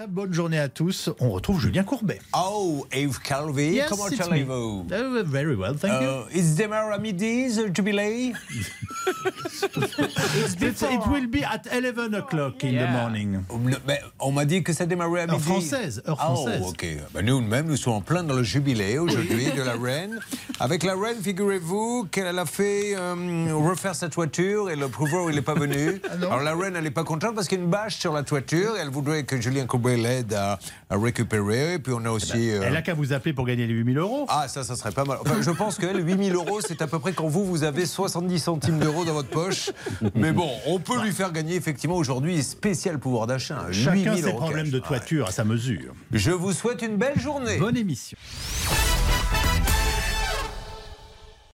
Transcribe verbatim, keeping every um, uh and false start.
Très bonne journée à tous. On retrouve Julien Courbet. Oh, Yves Calvi, Yes, comment it's allez-vous? Uh, very well, thank you. Uh, It's démarre à midi, the jubilé? It's, it will be at eleven o'clock in Yeah. the morning. Mais on m'a dit que ça démarrait à midi. Heure française, heure française. Oh, ok. Ben, nous même, nous sommes en plein dans le jubilé aujourd'hui de la reine. Avec la reine, figurez-vous qu'elle a fait euh, refaire sa toiture et le pouvoir il n'est pas venu. Ah Alors la reine, elle n'est pas contente parce qu'il y a une bâche sur la toiture et elle voudrait que Julien Courbet l'aide à, à récupérer. Et puis on a aussi... Eh ben, euh, elle a qu'à vous appeler pour gagner les huit mille euros. Ah, ça, ça serait pas mal. Enfin, je pense que huit mille euros, c'est à peu près quand vous, vous avez soixante-dix centimes d'euros dans votre poche. Mais bon, on peut lui faire gagner effectivement aujourd'hui spécial pouvoir d'achat. Chacun ses euros problèmes cash. de toiture à sa mesure. Je vous souhaite une belle journée. Bonne émission.